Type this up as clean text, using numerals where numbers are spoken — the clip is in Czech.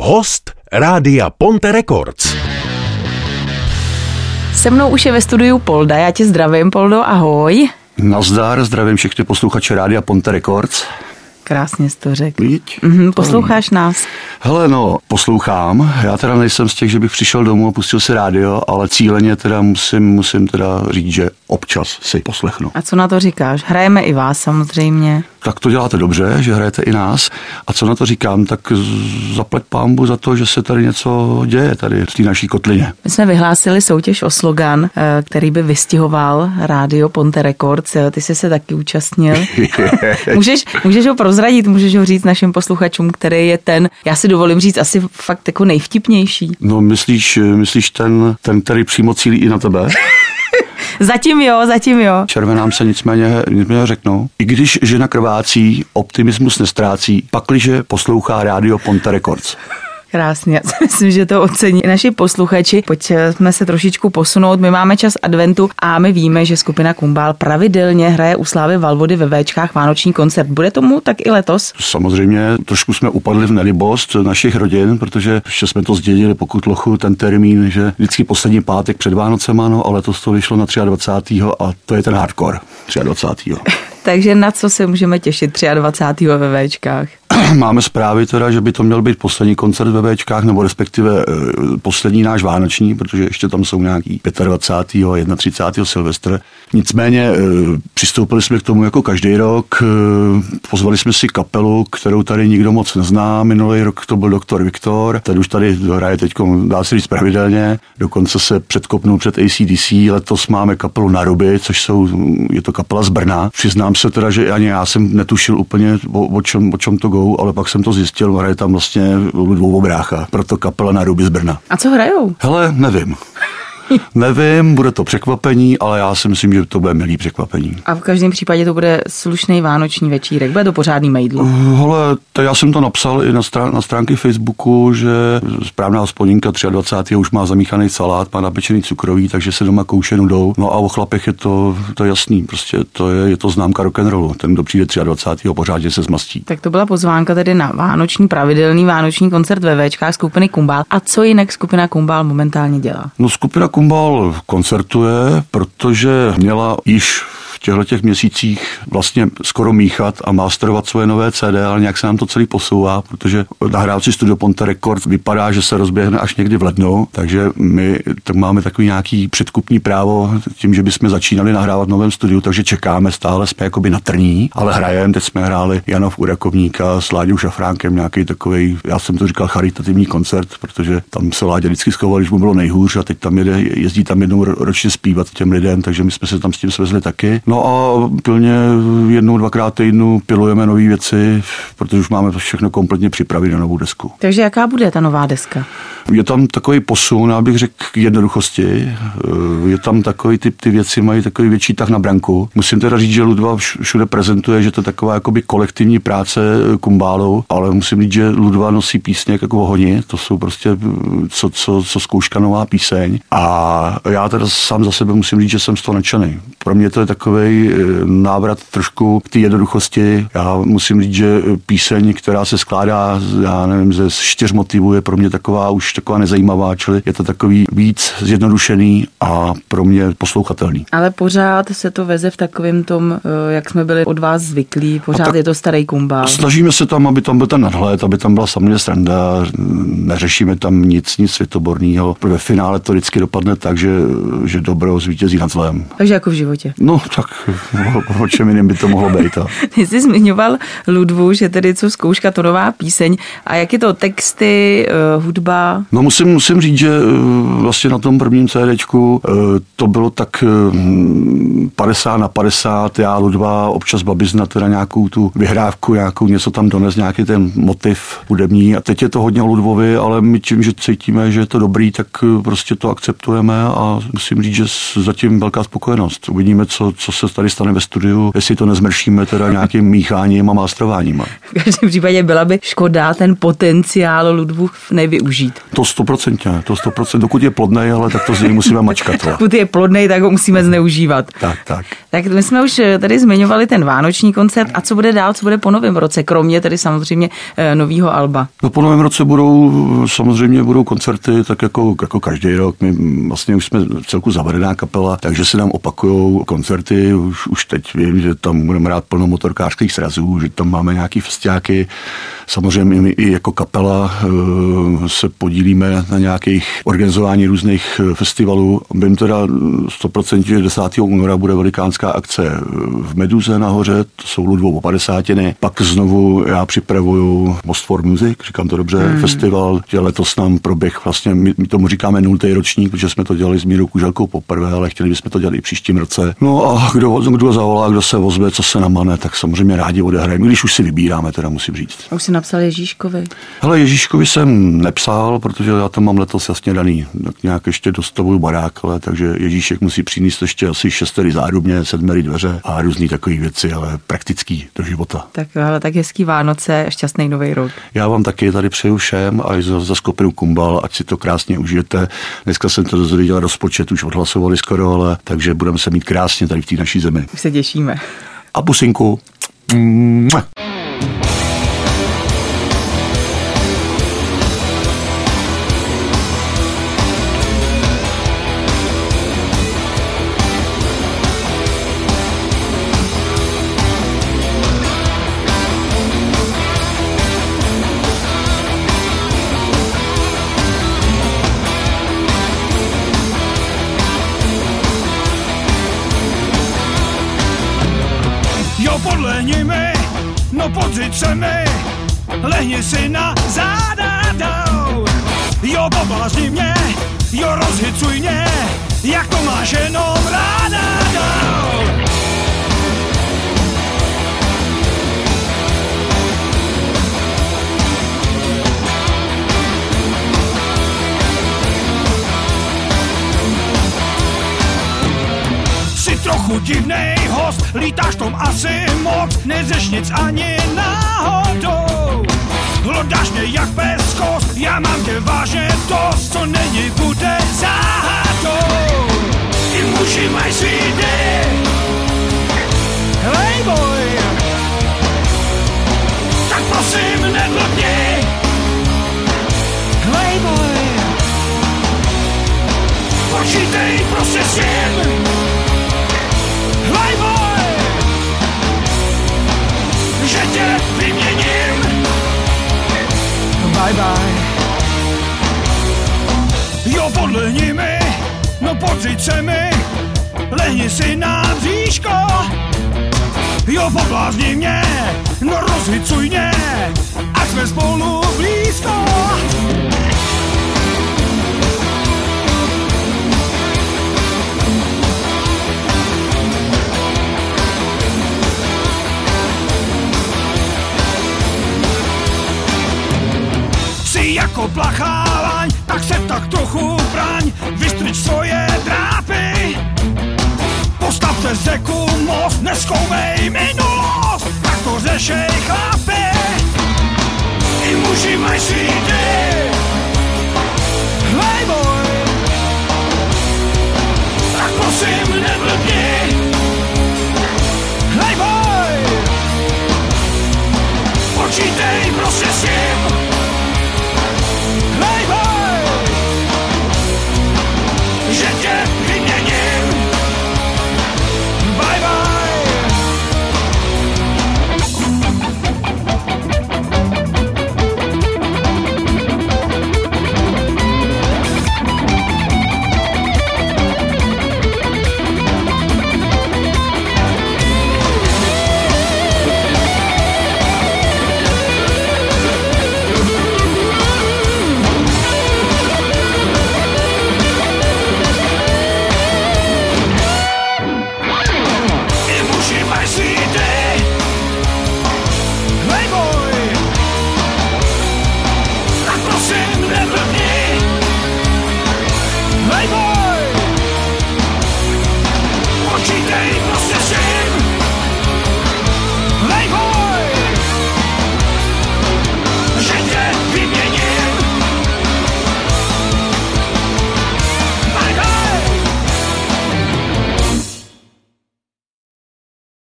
Host Rádia Ponte Records. Se mnou už je ve studiu Polda. Já tě zdravím, Poldo, ahoj. Nazdar, zdravím všechny posluchače Rádia Ponte Records. Krásně jsi to řekl. Posloucháš nás? Hele, poslouchám. Já teda nejsem z těch, že bych přišel domů a pustil si rádio, ale cíleně teda musím teda říct, že občas si poslechnu. A co na to říkáš? Hrajeme i vás samozřejmě. Tak to děláte dobře, že hrajete i nás. A co na to říkám, tak zaplať pánbu za to, že se tady něco děje tady v té naší kotlině. My jsme vyhlásili soutěž o slogan, který by vystihoval Rádio Ponte Records. Ty jsi se taky účastnil. Můžeš ho prozradit, můžeš ho říct našim posluchačům, který je ten, já si dovolím říct, asi fakt jako nejvtipnější. No myslíš ten, který přímo cílí i na tebe? Zatím jo. Červenám se nicméně řeknou. I když žena krvácí, optimismus nestrácí, pakliže poslouchá Rádio Ponte Records. Krásně, já si myslím, že to ocení naši posluchači. Pojďme se trošičku posunout. My máme čas adventu a my víme, že skupina Kumbál pravidelně hraje u Slávy Valvody ve Véčkách vánoční koncert. Bude tomu tak i letos? Samozřejmě trošku jsme upadli v nelibost našich rodin, protože ještě jsme to zdědili pokud lochu ten termín, že vždycky poslední pátek před Vánocema, ale letos to vyšlo na 23. a to je ten hardcore 23. Takže na co se můžeme těšit 23. ve Véčkách? Máme zprávy teda, že by to měl být poslední koncert ve Véčkách, nebo respektive poslední náš vánoční, protože ještě tam jsou nějaký 25. a 31. Silvestr. Nicméně přistoupili jsme k tomu jako každý rok, pozvali jsme si kapelu, kterou tady nikdo moc nezná. Minulý rok to byl Doktor Viktor, ten už tady hraje teď, dá se říct, pravidelně, dokonce se předkopnul před AC/DC. Letos máme kapelu Naruby, je to kapela z Brna. Přiznám se teda, že ani já jsem netušil úplně, o čem to go, ale pak jsem to zjistil, hraje tam vlastně Ludvův brácha, proto kapela Naruby z Brna. A co hrajou? Hele, Nevím, bude to překvapení, ale já si myslím, že to bude milý překvapení. A v každém případě to bude slušný vánoční večírek, bude to pořádný mejdlo. Hele, já jsem to napsal i na stránky Facebooku, že správná hospodinka 23. už má zamíchaný salát, má napečený cukroví, takže se doma koušenu jdou. No a o chlapech je to jasný, prostě je to známka rock'n'rollu. Ten, kdo přijde 23. pořádně se zmastí. Tak to byla pozvánka tedy na pravidelný vánoční koncert ve Véčkách skupiny Kumbál. A co jinak skupina Kumbál momentálně dělá? No, skupina Kumbál koncertuje, protože měla již v těchto měsících vlastně skoro míchat a masterovat svoje nové CD, ale nějak se nám to celý posouvá, protože nahrávci Studio Ponte Records vypadá, že se rozběhne až někdy v lednu, takže my tak máme takový nějaký předkupní právo tím, že bychom začínali nahrávat v novém studiu, takže čekáme, stále jsme jakoby na trní, ale hrajeme, teď jsme hráli Janov u Rakovníka s Láďou Šafránkem, nějaký takovej, já jsem to říkal, charitativní koncert, protože tam se Láďa vždycky schoval, když mu bylo nejhůř a teď tam jezdí tam jednou ročně zpívat těm lidem, takže my jsme se tam s tím svezli taky. No a plně 1-2krát týdnu pilujeme nové věci, protože už máme to všechno kompletně připravit na novou desku. Takže jaká bude ta nová deska? Je tam takový posun, já bych řekl, k jednoduchosti. Je tam takový ty věci mají takový větší tah na branku. Musím teda říct, že Ludva všude prezentuje, že to je taková jakoby kolektivní práce Kumbálu, ale musím říct, že Ludva nosí písně jako ohoni, to jsou prostě co zkouška nová píseň. A já teda sám za sebe musím říct, že jsem z toho nadšený. Pro mě to je takovej návrat trošku k té jednoduchosti. Já musím říct, že píseň, která se skládá, já nevím, ze 4 motivů, je pro mě taková nezajímavá, čili je to takový víc zjednodušený a pro mě poslouchatelný. Ale pořád se to veze v takovém tom, jak jsme byli od vás zvyklí, pořád je to starý Kumbál. Snažíme se tam, aby tam byl ten nadhled, aby tam byla samozřejmě sranda, neřešíme tam nic světoborného. Ve finále to vždycky dopadne tak, že dobro zvítězí nad zlem. Takže jako v životě. No, tak o čem jiným by to mohlo být. Ty jsi zmiňoval Ludvu, že tedy co zkouška, to nová píseň. A jak je to texty, hudba? No musím říct, že vlastně na tom prvním CDčku to bylo tak 50/50, já Ludva, občas Babizna, teda nějakou tu vyhrávku, něco tam dones, nějaký ten motiv hudební. A teď je to hodně o Ludvovi, ale my tím, že cítíme, že je to dobrý, tak prostě to akceptujeme a musím říct, že zatím velká spokojenost. Uvidíme, co se tady stane ve studiu, jestli to nezmršíme teda nějakým mícháním a mástrováním. V každém případě byla by škoda ten potenciál Ludwig nevyužít. To 100%, dokud je plodnej, ale tak to z něj musíme mačkat. Dokud je plodnej, tak ho musíme zneužívat. Tak. Tak my jsme už tady zmiňovali ten vánoční koncert. A co bude dál, co bude po novém roce, kromě tedy samozřejmě nového alba? No po novém roce budou koncerty, tak jako každý rok. My vlastně už jsme celku zavedená kapela, takže se nám opakujou koncerty. Už teď vím, že tam budeme hrát plno motorkářských srazů, že tam máme nějaký festiáky. Samozřejmě my i jako kapela se podílíme na nějakých organizování různých festivalů. Vím teda 100%, že 10. února bude velikánská akce v Meduze nahoře, to jsou Ludwig 50. Pak znovu já připravuju Most for Music, říkám to dobře, festival, že letos nám proběh vlastně, my tomu říkáme 0. ročník, protože jsme to dělali s Mírou Kuželkou poprvé, ale chtěli bychom to dělat i příštím roce. No a kdo zavolá, kdo se ozve, co se namane, tak samozřejmě rádi odehrajeme, když už si vybíráme, teda musím říct. Už si napsal Ježíškovi? Hele, Ježíškovi jsem nepsal, protože já tam mám letos jasně daný, tak nějak ještě dostavuju barák, ale takže Ježíšek musí přinést ještě asi 6 zárubně, 7 dveře a různý takové věci, ale praktický do života. Tak hezký Vánoce, šťastný nový rok. Já vám taky tady přeju všem a i za skupinu Kumbal, ať si to krásně užijete. Dneska jsem to dozvěděl, rozpočet už odhlasovali skoro, ale takže budeme se mít krásně tady v té naší zemi. Už se těšíme. A pusinku. Podlehnimi, no podřiď se mi, lehni si na záda dál. Jo, poblázni mě, jo, rozhicuj mě, jak to máš jenom ráda dál. Trochu divnej host, lítáš tom asi moc, neřeš nic ani náhodou. Hlodáš mě jak pes kost, já mám tě vážně dost, co není bude záhadou. I muži mají svý dny, hej boj, tak prosím nedlbni, hej boj, počítej prostě s tím. Playboy, že tě vyměním. Bye bye. Jo, podlehni mi, no podřiď se mi, lehni si na bříško. Jo, poblázni mě, no rozhicuj mě, ať jsme spolu blízko. Jako plachávaň, tak se tak trochu braň, vystřič svoje drápy. Postav přes řeku most, nezkoumej minulost, tak to řešej chlapi. I muži mají svý dny,